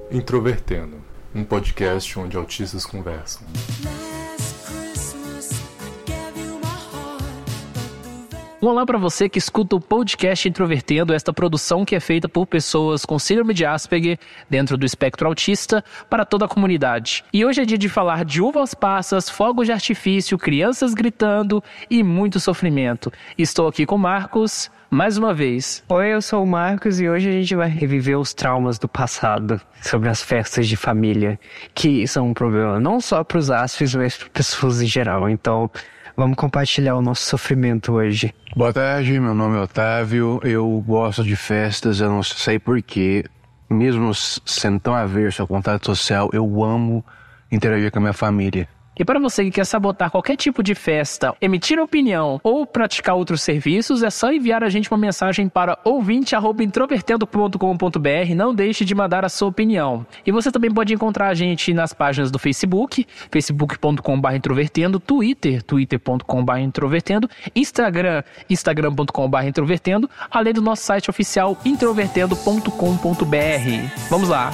Introvertendo, um podcast onde autistas conversam. Um olá para você que escuta o podcast Introvertendo, esta produção que é feita por pessoas com síndrome de Asperger dentro do espectro autista para toda a comunidade. E hoje é dia de falar de uvas passas, fogos de artifício, crianças gritando e muito sofrimento. Estou aqui com o Marcos, mais uma vez. Oi, eu sou o Marcos e hoje a gente vai reviver os traumas do passado sobre as festas de família, que são um problema não só para os Aspers, mas para pessoas em geral. Então, vamos compartilhar o nosso sofrimento hoje. Boa tarde, meu nome é Otávio, eu gosto de festas, eu não sei porquê, mesmo sendo tão averso ao contato social, eu amo interagir com a minha família. E para você que quer sabotar qualquer tipo de festa, emitir opinião ou praticar outros serviços, é só enviar a gente uma mensagem para ouvinte@introvertendo.com.br. Não deixe de mandar a sua opinião. E você também pode encontrar a gente nas páginas do Facebook, facebook.com/introvertendo, Twitter, twitter.com/introvertendo, Instagram, instagram.com/introvertendo, além do nosso site oficial introvertendo.com.br. Vamos lá!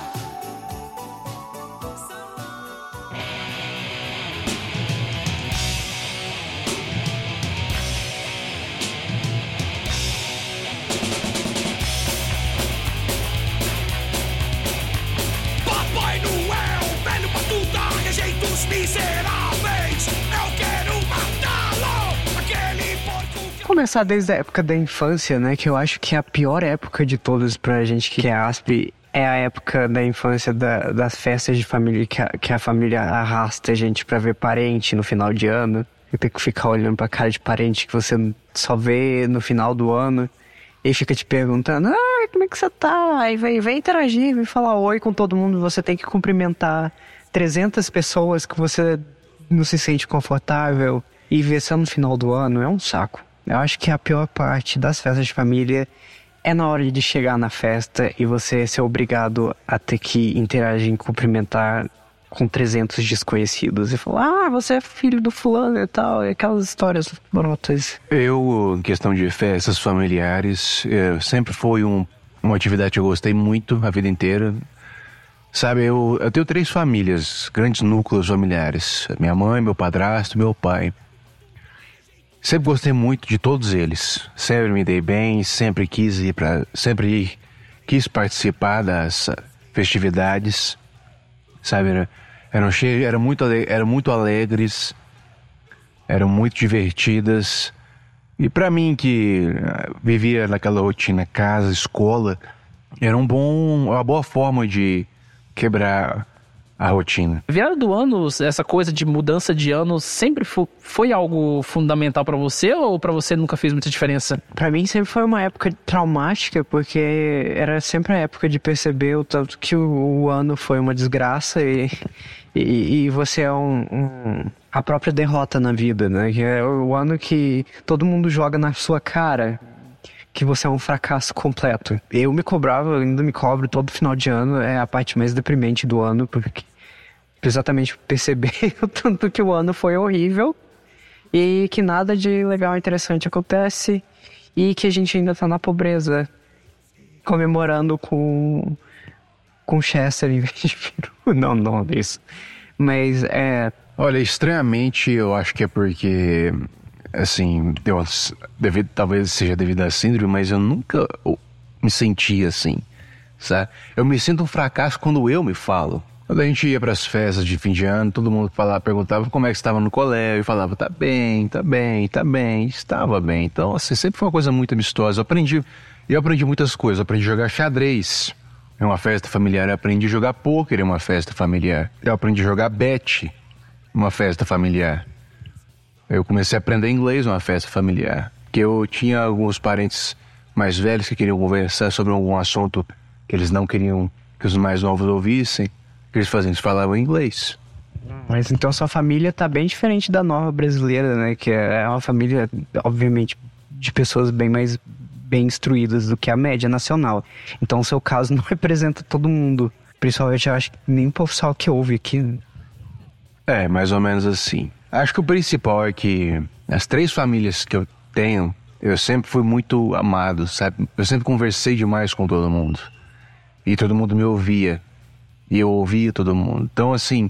Começar desde a época da infância, né? Que eu acho que é a pior época de todas pra gente que é Asp. É a época da infância das festas de família que a família arrasta a gente pra ver parente no final de ano. E tem que ficar olhando pra cara de parente que você só vê no final do ano. E fica te perguntando, como é que você tá? Aí vem interagir, vem falar oi com todo mundo. Você tem que cumprimentar 300 pessoas que você não se sente confortável. E ver só no final do ano é um saco. Eu acho que a pior parte das festas de família é na hora de chegar na festa e você ser obrigado a ter que interagir e cumprimentar com 300 desconhecidos. E falar, você é filho do fulano e tal, e aquelas histórias brotas. Eu, em questão de festas familiares, sempre foi uma atividade que eu gostei muito a vida inteira. Sabe, eu tenho 3 famílias, grandes núcleos familiares. Minha mãe, meu padrasto e meu pai. Sempre gostei muito de todos eles. Sempre me dei bem, sempre quis participar das festividades. Sabe, eram muito alegres, eram muito divertidas. E pra mim que vivia naquela rotina casa, escola, era uma boa forma de quebrar a rotina. Virada do ano, essa coisa de mudança de ano sempre foi algo fundamental pra você ou pra você nunca fez muita diferença? Pra mim sempre foi uma época traumática, porque era sempre a época de perceber o tanto que o ano foi uma desgraça e você é a própria derrota na vida, né? Que é o ano que todo mundo joga na sua cara que você é um fracasso completo. Eu ainda me cobro todo final de ano, é a parte mais deprimente do ano, porque exatamente perceber o tanto que o ano foi horrível e que nada de legal e interessante acontece e que a gente ainda tá na pobreza, comemorando com Chester em vez de peru. Não é isso. Mas Olha, estranhamente eu acho que é porque, assim, talvez seja devido à síndrome, mas eu nunca me senti assim, sabe? Eu me sinto um fracasso quando eu me falo. Quando a gente ia para as festas de fim de ano, todo mundo perguntava como é que estava no colégio, e falava, tá bem, estava bem. Então, assim, sempre foi uma coisa muito amistosa. Eu aprendi muitas coisas. Eu aprendi a jogar xadrez em uma festa familiar, eu aprendi a jogar pôquer em uma festa familiar, eu aprendi a jogar bete em uma festa familiar. Eu comecei a aprender inglês numa festa familiar, porque eu tinha alguns parentes mais velhos que queriam conversar sobre algum assunto que eles não queriam que os mais novos ouvissem. Que eles falavam inglês. Mas então sua família tá bem diferente da nova brasileira, né? Que é uma família, obviamente, de pessoas bem mais bem instruídas do que a média nacional. Então o seu caso não representa todo mundo. Principalmente eu acho que nem o pessoal que ouve aqui. É, mais ou menos assim. Acho que o principal é que as 3 famílias que eu tenho, eu sempre fui muito amado, sabe? Eu sempre conversei demais com todo mundo. E todo mundo me ouvia. E eu ouvia todo mundo. Então, assim,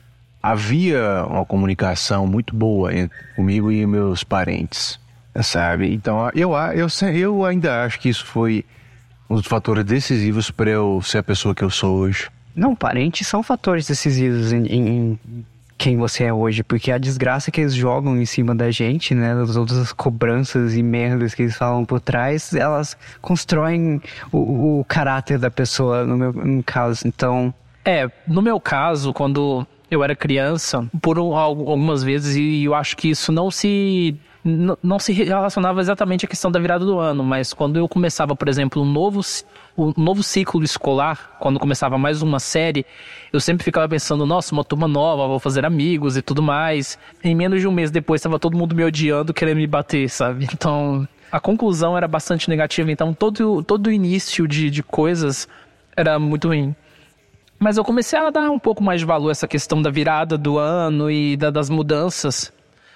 havia uma comunicação muito boa comigo e meus parentes, sabe? Então, eu ainda acho que isso foi um dos fatores decisivos para eu ser a pessoa que eu sou hoje. Não, parentes são fatores decisivos em quem você é hoje, porque a desgraça que eles jogam em cima da gente, né, as outras cobranças e merdas que eles falam por trás, elas constroem o caráter da pessoa, no caso. Então, no meu caso, quando eu era criança, por algumas vezes, e eu acho que isso não se relacionava exatamente à questão da virada do ano, mas quando eu começava, por exemplo, um novo ciclo escolar, quando começava mais uma série, eu sempre ficava pensando, nossa, uma turma nova, vou fazer amigos e tudo mais. Em menos de um mês depois, estava todo mundo me odiando, querendo me bater, sabe? Então, a conclusão era bastante negativa, então todo o início de coisas era muito ruim. Mas eu comecei a dar um pouco mais de valor a essa questão da virada do ano e das mudanças.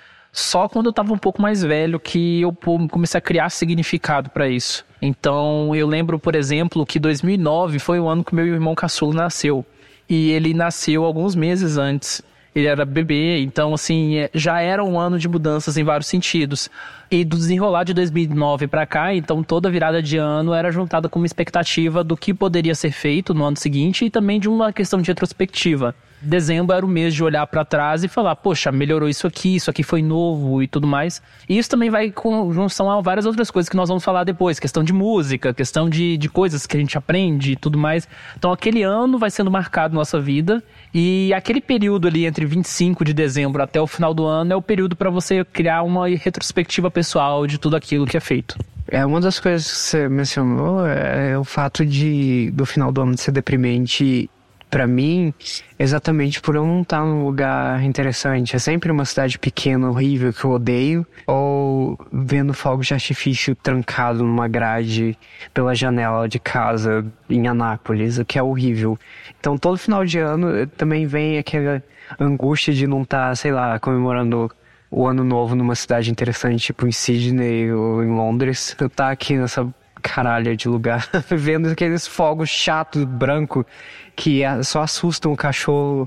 Só quando eu estava um pouco mais velho que eu comecei a criar significado para isso. Então, eu lembro, por exemplo, que 2009 foi o ano que meu irmão caçula nasceu. E ele nasceu alguns meses antes. Ele era bebê, então, assim, já era um ano de mudanças em vários sentidos. E do desenrolar de 2009 para cá, então, toda virada de ano era juntada com uma expectativa do que poderia ser feito no ano seguinte e também de uma questão de retrospectiva. Dezembro era o mês de olhar pra trás e falar, poxa, melhorou isso aqui foi novo e tudo mais. E isso também vai com junção a várias outras coisas que nós vamos falar depois, questão de música, questão de coisas que a gente aprende e tudo mais. Então aquele ano vai sendo marcado na nossa vida e aquele período ali entre 25 de dezembro até o final do ano é o período para você criar uma retrospectiva pessoal de tudo aquilo que é feito. Uma das coisas que você mencionou é o fato do final do ano ser deprimente. Pra mim, exatamente por eu não estar num lugar interessante. É sempre uma cidade pequena, horrível, que eu odeio. Ou vendo fogos de artifício trancado numa grade pela janela de casa em Anápolis, o que é horrível. Então, todo final de ano também vem aquela angústia de não estar, sei lá, comemorando o ano novo numa cidade interessante, tipo em Sydney ou em Londres. Eu estar aqui nessa caralho de lugar, vendo aqueles fogos chatos, branco, que só assustam o cachorro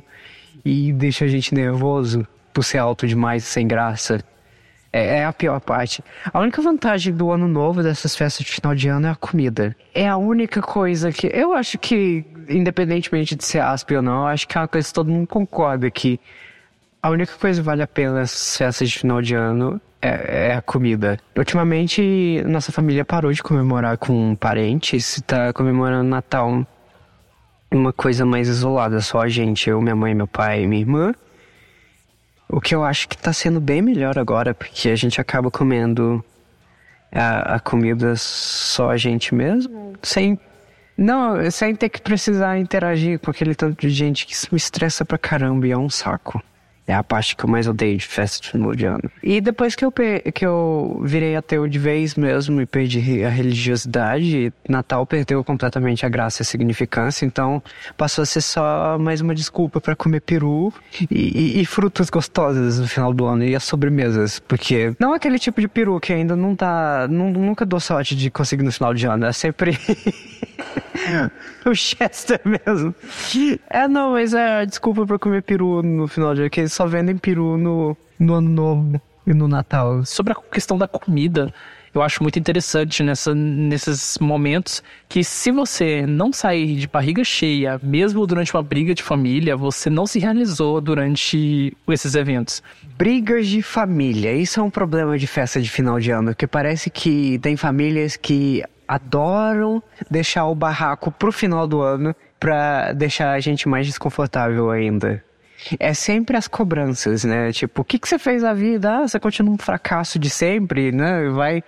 e deixam a gente nervoso por ser alto demais e sem graça. É a pior parte. A única vantagem do ano novo, dessas festas de final de ano, é a comida. É a única coisa que... Eu acho que, independentemente de ser áspero ou não, eu acho que é uma coisa que todo mundo concorda, que a única coisa que vale a pena nessas festas de final de ano é a comida. Ultimamente, nossa família parou de comemorar com parentes, tá comemorando Natal uma coisa mais isolada, só a gente, eu, minha mãe, meu pai e minha irmã. O que eu acho que tá sendo bem melhor agora, porque a gente acaba comendo a comida só a gente mesmo, sem ter que precisar interagir com aquele tanto de gente que isso me estressa pra caramba e é um saco. É a parte que eu mais odeio de festa de final de ano. E depois que eu virei ateu de vez mesmo e perdi a religiosidade, Natal perdeu completamente a graça e a significância, então passou a ser só mais uma desculpa pra comer peru e frutas gostosas no final do ano e as sobremesas, porque não aquele tipo de peru que ainda nunca dou sorte de conseguir no final de ano, é sempre o Chester mesmo. Mas é a desculpa pra comer peru no final de ano, que eles só vendem peru no ano novo e no Natal. Sobre a questão da comida, eu acho muito interessante nesses momentos que se você não sair de barriga cheia, mesmo durante uma briga de família, você não se realizou durante esses eventos. Brigas de família, isso é um problema de festa de final de ano, porque parece que tem famílias que adoram deixar o barraco pro final do ano pra deixar a gente mais desconfortável ainda. É sempre as cobranças, né? Tipo, o que você fez na vida? Você continua um fracasso de sempre, né?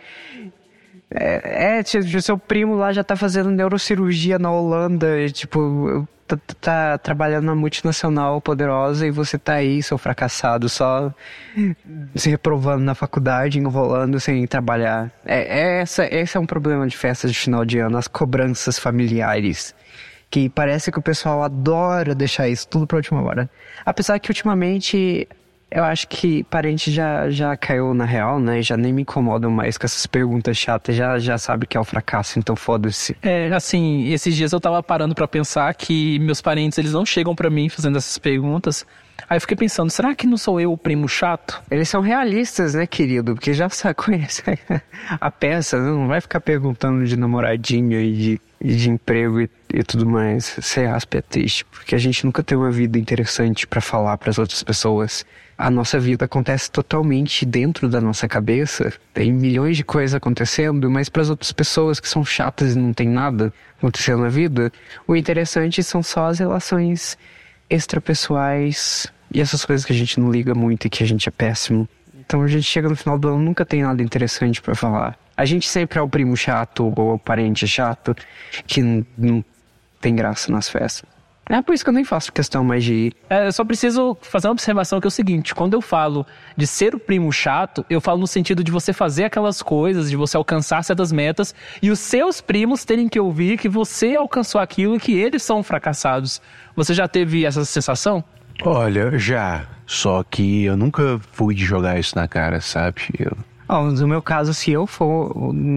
Seu primo lá já tá fazendo neurocirurgia na Holanda, tipo, tá trabalhando na multinacional poderosa e você tá aí, seu fracassado, só se reprovando na faculdade, enrolando sem trabalhar. Esse é um problema de festas de final de ano, as cobranças familiares. Que parece que o pessoal adora deixar isso tudo pra última hora. Apesar que ultimamente Eu acho que parente já caiu na real, né? Já nem me incomodam mais com essas perguntas chatas. Já sabe que é o fracasso, então foda-se. Assim, esses dias eu tava parando pra pensar que meus parentes, eles não chegam pra mim fazendo essas perguntas. Aí eu fiquei pensando, será que não sou eu o primo chato? Eles são realistas, né, querido? Porque já conhece a peça, não vai ficar perguntando de namoradinha e de emprego e tudo mais. Ser aspa é triste, porque a gente nunca tem uma vida interessante pra falar pras outras pessoas. A nossa vida acontece totalmente dentro da nossa cabeça. Tem milhões de coisas acontecendo, mas pras outras pessoas que são chatas e não tem nada acontecendo na vida, o interessante são só as relações extrapessoais e essas coisas que a gente não liga muito e que a gente é péssimo. Então a gente chega no final do ano, nunca tem nada interessante pra falar. A gente sempre é o primo chato ou o parente chato que não tem graça nas festas. É por isso que eu nem faço questão mais de ir. Eu só preciso fazer uma observação que é o seguinte, quando eu falo de ser o primo chato, eu falo no sentido de você fazer aquelas coisas, de você alcançar certas metas e os seus primos terem que ouvir que você alcançou aquilo e que eles são fracassados. Você já teve essa sensação? Olha, já. Só que eu nunca fui de jogar isso na cara, sabe? No meu caso, se eu for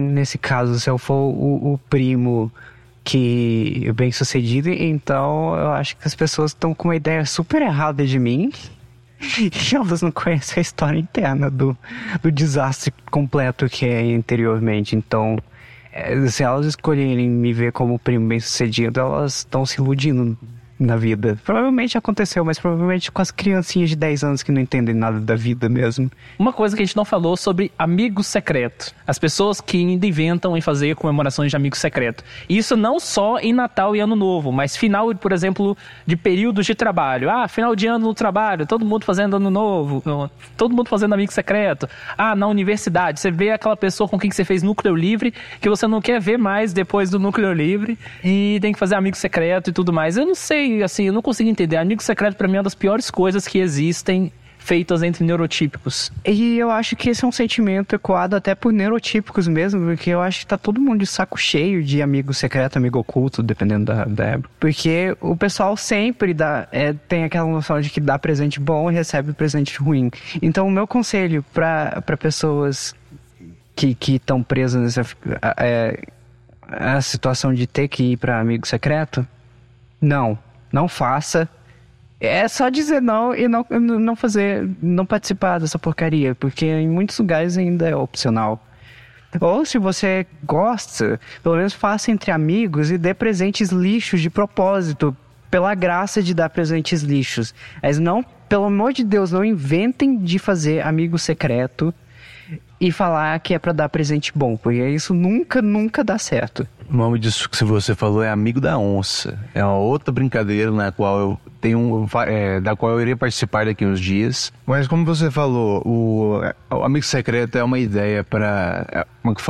o primo que bem sucedido, então eu acho que as pessoas estão com uma ideia super errada de mim e elas não conhecem a história interna do desastre completo que é anteriormente. Então, se elas escolherem me ver como primo bem sucedido, elas estão se iludindo na vida. Provavelmente aconteceu, mas provavelmente com as criancinhas de 10 anos que não entendem nada da vida mesmo. Uma coisa que a gente não falou sobre amigo secreto. As pessoas que ainda inventam em fazer comemorações de amigo secreto. Isso não só em Natal e Ano Novo, mas final, por exemplo, de períodos de trabalho. Final de ano no trabalho, todo mundo fazendo Ano Novo, todo mundo fazendo amigo secreto. Na universidade, você vê aquela pessoa com quem você fez núcleo livre, que você não quer ver mais depois do núcleo livre, e tem que fazer amigo secreto e tudo mais. Eu não sei, assim, eu não consigo entender. Amigo secreto pra mim é uma das piores coisas que existem feitas entre neurotípicos. E eu acho que esse é um sentimento ecoado até por neurotípicos mesmo, porque eu acho que tá todo mundo de saco cheio de amigo secreto, amigo oculto, dependendo da época. Porque o pessoal sempre tem aquela noção de que dá presente bom e recebe presente ruim. Então o meu conselho pra pessoas que estão presas nessa a situação de ter que ir pra amigo secreto, não faça. É só dizer não e não participar dessa porcaria, porque em muitos lugares ainda é opcional. Ou se você gosta, pelo menos faça entre amigos e dê presentes lixos de propósito, pela graça de dar presentes lixos. Mas não, pelo amor de Deus, não inventem de fazer amigo secreto e falar que é pra dar presente bom, porque isso nunca dá certo. O nome disso que você falou é Amigo da Onça. É uma outra brincadeira na qual eu tenho da qual eu iria participar daqui uns dias. Mas como você falou, o Amigo Secreto é uma ideia para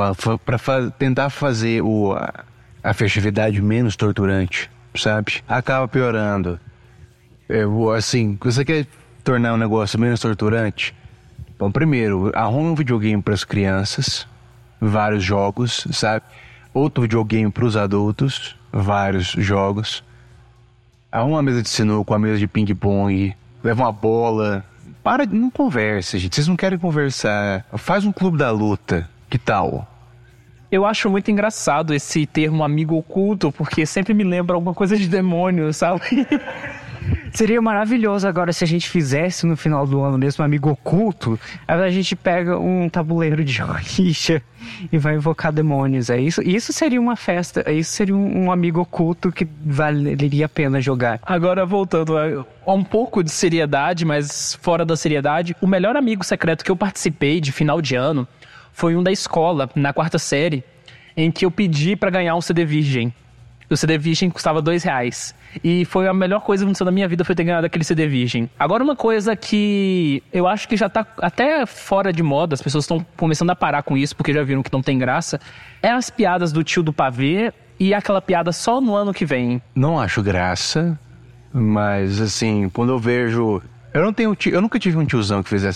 tentar fazer a festividade menos torturante, sabe? Acaba piorando. Assim, você quer tornar um negócio menos torturante? Bom, primeiro, arrume um videogame para as crianças, vários jogos, sabe? Outro videogame para os adultos, vários jogos. Arruma uma mesa de sinuca, uma mesa de ping-pong, leva uma bola. Não conversa, gente. Vocês não querem conversar. Faz um clube da luta. Que tal? Eu acho muito engraçado esse termo amigo oculto, porque sempre me lembra alguma coisa de demônio, sabe? Seria maravilhoso agora se a gente fizesse no final do ano mesmo um amigo oculto. Aí a gente pega um tabuleiro de rixa e vai invocar demônios. Isso seria uma festa, isso seria um amigo oculto que valeria a pena jogar. Agora, voltando a um pouco de seriedade, mas fora da seriedade, o melhor amigo secreto que eu participei de final de ano foi um da escola, na 4ª série, em que eu pedi pra ganhar um CD virgem. O CD virgem custava R$2. E foi a melhor coisa que aconteceu na minha vida, foi ter ganhado aquele CD virgem. Agora, uma coisa que eu acho que já tá até fora de moda, as pessoas estão começando a parar com isso, porque já viram que não tem graça, é as piadas do tio do pavê e aquela piada só no ano que vem. Não acho graça, mas assim, quando eu vejo... Eu nunca tive um tiozão que fizesse essas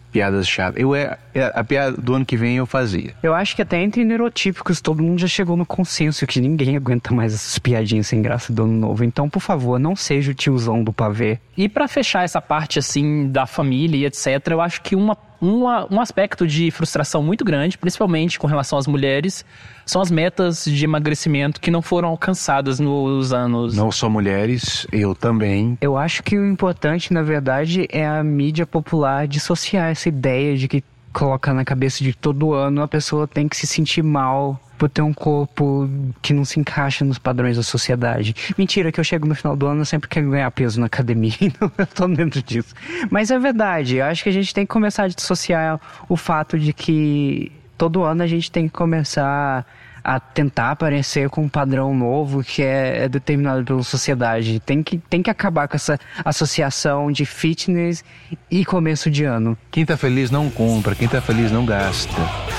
piadas chatas. A piada do ano que vem eu fazia. Eu acho que até entre neurotípicos todo mundo já chegou no consenso que ninguém aguenta mais essas piadinhas sem graça do ano novo. Então, por favor, não seja o tiozão do pavê. E pra fechar essa parte, assim, da família e etc., eu acho que um aspecto de frustração muito grande, principalmente com relação às mulheres, são as metas de emagrecimento que não foram alcançadas nos anos... Não só mulheres, eu também. Eu acho que o importante, na verdade, é a mídia popular dissociar essa ideia de que coloca na cabeça de todo ano a pessoa tem que se sentir mal por ter um corpo que não se encaixa nos padrões da sociedade. Mentira, que eu chego no final do ano eu sempre quero ganhar peso na academia, então eu tô dentro disso. Mas é verdade, eu acho que a gente tem que começar a dissociar o fato de que todo ano a gente tem que começar a tentar aparecer com um padrão novo que é determinado pela sociedade. Tem que acabar com essa associação de fitness e começo de ano. Quem tá feliz não compra, quem tá feliz não gasta.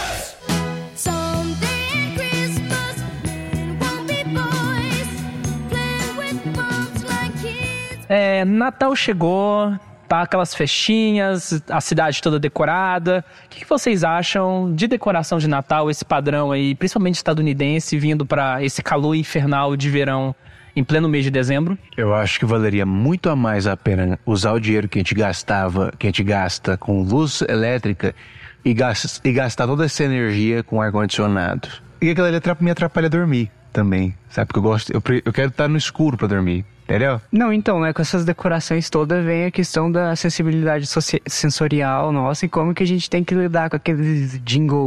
Natal chegou, tá aquelas festinhas, a cidade toda decorada. O que vocês acham de decoração de Natal, esse padrão aí, principalmente estadunidense, vindo para esse calor infernal de verão em pleno mês de dezembro? Eu acho que valeria muito a mais a pena usar o dinheiro que a gente gasta com luz elétrica e gastar toda essa energia com ar-condicionado. E aquilo ali me atrapalha dormir também, sabe? Porque eu quero estar no escuro para dormir. Entendeu? Não, então, né, com essas decorações todas vem a questão da sensibilidade sensorial nossa e como que a gente tem que lidar com aqueles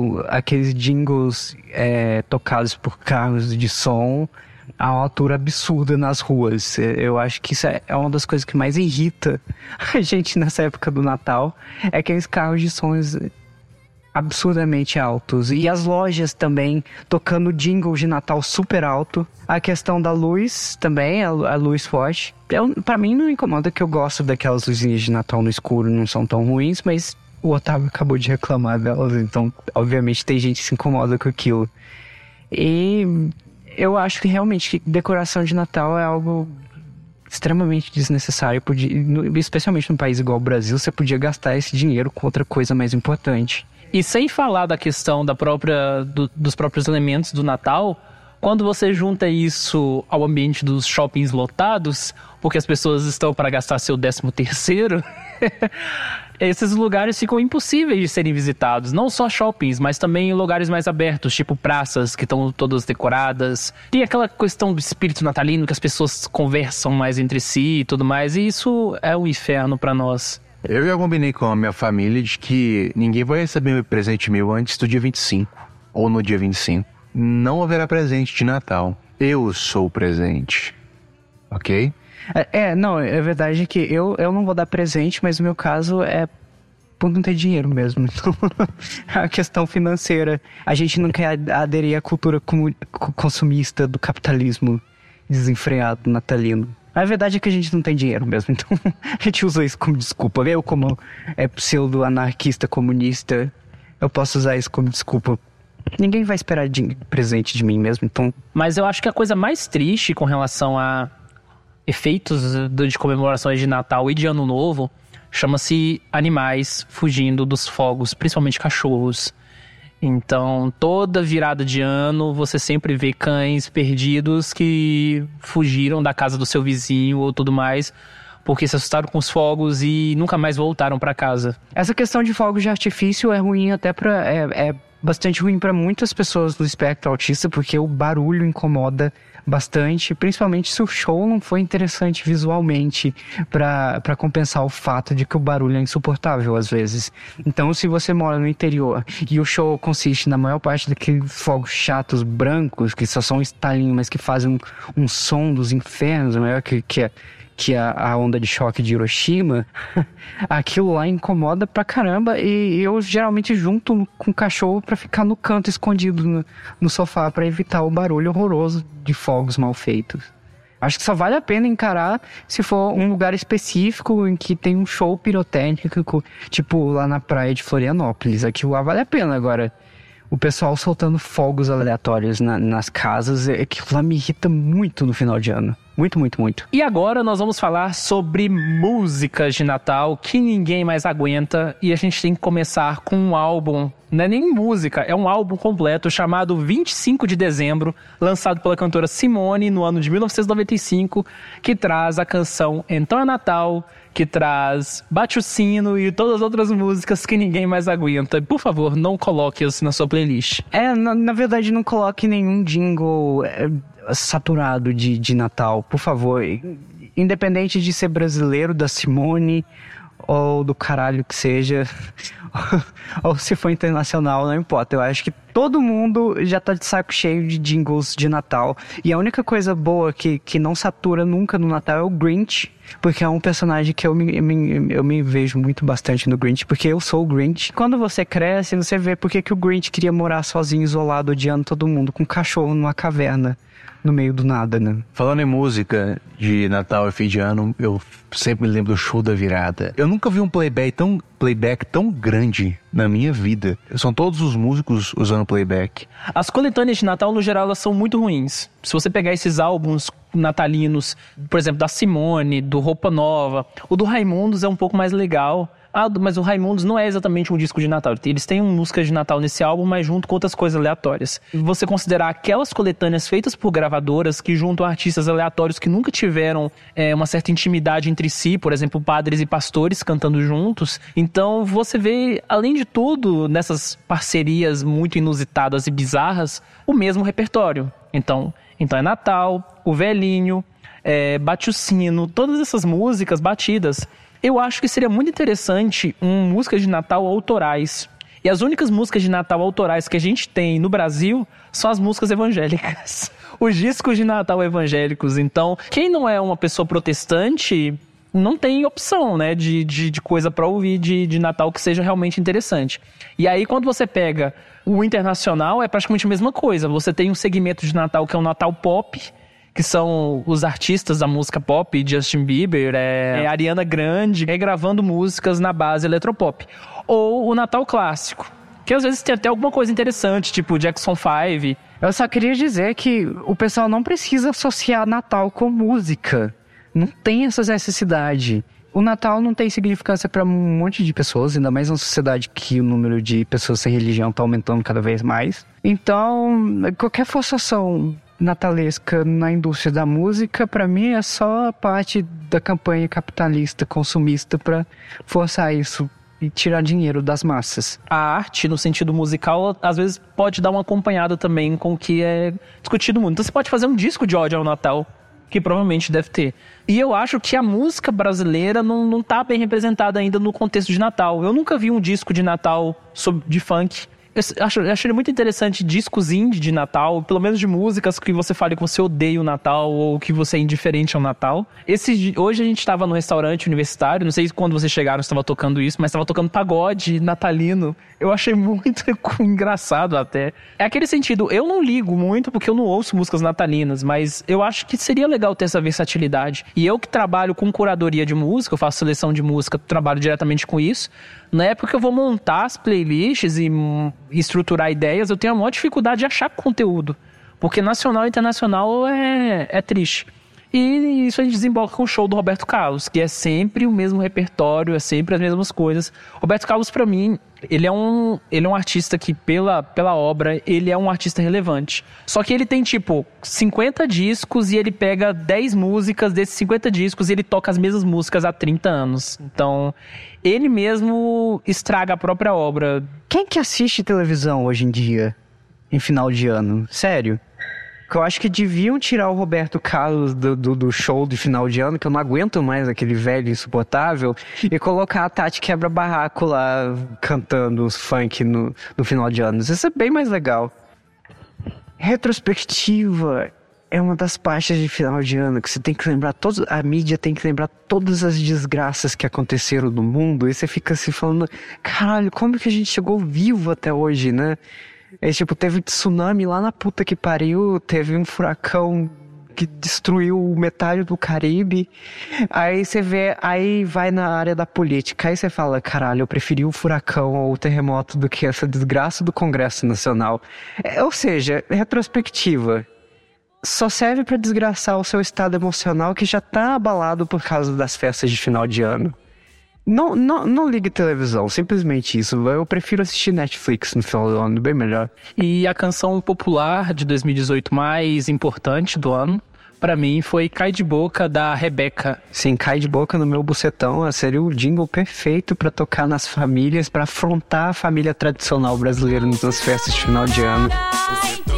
jingles tocados por carros de som a uma altura absurda nas ruas. Eu acho que isso é uma das coisas que mais irrita a gente nessa época do Natal, é aqueles carros de sons absurdamente altos. E as lojas também tocando jingles de Natal super alto. A questão da luz também, a luz forte. Pra mim não incomoda, que eu gosto daquelas luzinhas de Natal no escuro, não são tão ruins, mas o Otávio acabou de reclamar delas, então obviamente tem gente que se incomoda com aquilo. E eu acho que realmente que decoração de Natal é algo extremamente desnecessário, especialmente num país igual o Brasil, você podia gastar esse dinheiro com outra coisa mais importante. E sem falar da questão dos próprios elementos do Natal, quando você junta isso ao ambiente dos shoppings lotados, porque as pessoas estão para gastar seu 13º, esses lugares ficam impossíveis de serem visitados. Não só shoppings, mas também lugares mais abertos, tipo praças que estão todas decoradas. Tem aquela questão do espírito natalino, que as pessoas conversam mais entre si e tudo mais, e isso é um inferno para nós. Eu já combinei com a minha família de que ninguém vai receber presente meu antes do dia 25, ou no dia 25. Não haverá presente de Natal. Eu sou o presente. Ok? Não, é verdade que eu não vou dar presente, mas no meu caso é por não ter dinheiro mesmo. Então, a questão financeira. A gente não quer aderir à cultura consumista do capitalismo desenfreado natalino. A verdade é que a gente não tem dinheiro mesmo, então a gente usa isso como desculpa. Eu, como pseudo-anarquista comunista, eu posso usar isso como desculpa. Ninguém vai esperar presente de mim mesmo, então... Mas eu acho que a coisa mais triste com relação a efeitos de comemorações de Natal e de Ano Novo chama-se animais fugindo dos fogos, principalmente cachorros. Então, toda virada de ano, você sempre vê cães perdidos que fugiram da casa do seu vizinho ou tudo mais, porque se assustaram com os fogos e nunca mais voltaram para casa. Essa questão de fogos de artifício é ruim até é bastante ruim para muitas pessoas do espectro autista, porque o barulho incomoda bastante, principalmente se o show não foi interessante visualmente para compensar o fato de que o barulho é insuportável às vezes. Então, se você mora no interior e o show consiste na maior parte daqueles fogos chatos brancos que só são um estalinho, mas que fazem um som dos infernos, maior que a onda de choque de Hiroshima, aquilo lá incomoda pra caramba, e eu geralmente junto com o cachorro pra ficar no canto escondido no sofá pra evitar o barulho horroroso de fogos mal feitos. Acho que só vale a pena encarar se for um lugar específico em que tem um show pirotécnico, tipo lá na praia de Florianópolis. Aquilo lá vale a pena. Agora, o pessoal soltando fogos aleatórios nas casas, aquilo lá me irrita muito no final de ano. Muito, muito, muito. E agora nós vamos falar sobre músicas de Natal que ninguém mais aguenta. E a gente tem que começar com um álbum, não é nem música, é um álbum completo chamado 25 de Dezembro, lançado pela cantora Simone no ano de 1995, que traz a canção Então é Natal, que traz Bate o Sino e todas as outras músicas que ninguém mais aguenta. Por favor, não coloque isso na sua playlist. Na verdade, não coloque nenhum jingle saturado de Natal, por favor. Independente de ser brasileiro, da Simone, ou do caralho que seja, ou se for internacional, não importa. Eu acho que todo mundo já tá de saco cheio de jingles de Natal. E a única coisa boa que não satura nunca no Natal é o Grinch, porque é um personagem que eu me vejo muito bastante no Grinch, porque eu sou o Grinch. Quando você cresce, você vê porque que o Grinch queria morar sozinho, isolado, odiando todo mundo, com um cachorro numa caverna, no meio do nada, né? Falando em música de Natal e fim de ano, eu sempre me lembro do Show da Virada. Eu nunca vi um playback tão grande na minha vida. São todos os músicos usando playback. As coletâneas de Natal, no geral, elas são muito ruins. Se você pegar esses álbuns natalinos, por exemplo, da Simone, do Roupa Nova, o do Raimundos é um pouco mais legal. Mas o Raimundos não é exatamente um disco de Natal. Eles têm uma música de Natal nesse álbum, mas junto com outras coisas aleatórias. Você considerar aquelas coletâneas feitas por gravadoras que juntam artistas aleatórios que nunca tiveram uma certa intimidade entre si, por exemplo, padres e pastores cantando juntos. Então você vê, além de tudo, nessas parcerias muito inusitadas e bizarras, o mesmo repertório. Então é Natal, o Velhinho, Bate o Sino, todas essas músicas batidas. Eu acho que seria muito interessante músicas de Natal autorais. E as únicas músicas de Natal autorais que a gente tem no Brasil são as músicas evangélicas. Os discos de Natal evangélicos. Então, quem não é uma pessoa protestante não tem opção, né, de coisa pra ouvir de Natal que seja realmente interessante. E aí, quando você pega o internacional, é praticamente a mesma coisa. Você tem um segmento de Natal que é o Natal Pop, que são os artistas da música pop, Justin Bieber, Ariana Grande, gravando músicas na base eletropop. Ou o Natal clássico, que às vezes tem até alguma coisa interessante, tipo Jackson 5. Eu só queria dizer que o pessoal não precisa associar Natal com música. Não tem essa necessidade. O Natal não tem significância para um monte de pessoas, ainda mais numa sociedade que o número de pessoas sem religião está aumentando cada vez mais. Então, qualquer forçação natalesca na indústria da música, para mim, é só a parte da campanha capitalista, consumista, para forçar isso e tirar dinheiro das massas. A arte, no sentido musical, às vezes pode dar uma acompanhada também com o que é discutido muito. Então você pode fazer um disco de ódio ao Natal, que provavelmente deve ter. E eu acho que a música brasileira não tá bem representada ainda no contexto de Natal. Eu nunca vi um disco de Natal de funk. Eu achei muito interessante discos indie de Natal, pelo menos de músicas que você fale que você odeia o Natal ou que você é indiferente ao Natal. Hoje a gente estava no restaurante universitário, não sei quando vocês chegaram estava tocando isso, mas estava tocando pagode natalino. Eu achei muito engraçado até. É aquele sentido, eu não ligo muito porque eu não ouço músicas natalinas, mas eu acho que seria legal ter essa versatilidade. E eu que trabalho com curadoria de música, eu faço seleção de música, trabalho diretamente com isso. Na época que eu vou montar as playlists e estruturar ideias, eu tenho a maior dificuldade de achar conteúdo. Porque nacional e internacional é triste. E isso a gente desemboca com o show do Roberto Carlos, que é sempre o mesmo repertório, é sempre as mesmas coisas. Roberto Carlos, pra mim, ele é um artista que, pela obra, ele é um artista relevante. Só que ele tem, 50 discos e ele pega 10 músicas desses 50 discos e ele toca as mesmas músicas há 30 anos. Então, ele mesmo estraga a própria obra. Quem que assiste televisão hoje em dia, em final de ano? Sério? Eu acho que deviam tirar o Roberto Carlos do show de final de ano, que eu não aguento mais aquele velho insuportável, e colocar a Tati Quebra-Barraco lá cantando os funk no final de ano. Isso é bem mais legal. Retrospectiva é uma das partes de final de ano que você tem que lembrar a mídia tem que lembrar todas as desgraças que aconteceram no mundo, e você fica assim falando, caralho, como que a gente chegou vivo até hoje, né? Teve tsunami lá na puta que pariu, teve um furacão que destruiu metade do Caribe. Aí você vê, aí vai na área da política, aí você fala, caralho, eu preferi o furacão ou o terremoto do que essa desgraça do Congresso Nacional. Ou seja, retrospectiva. só serve pra desgraçar o seu estado emocional que já tá abalado por causa das festas de final de ano. Não ligue televisão, simplesmente isso. Eu prefiro assistir Netflix no final do ano, bem melhor. E a canção popular de 2018 mais importante do ano, pra mim, foi Cai de Boca, da Rebeca. Sim, Cai de Boca no Meu Bucetão seria o jingle perfeito pra tocar nas famílias, pra afrontar a família tradicional brasileira nas festas de final de ano.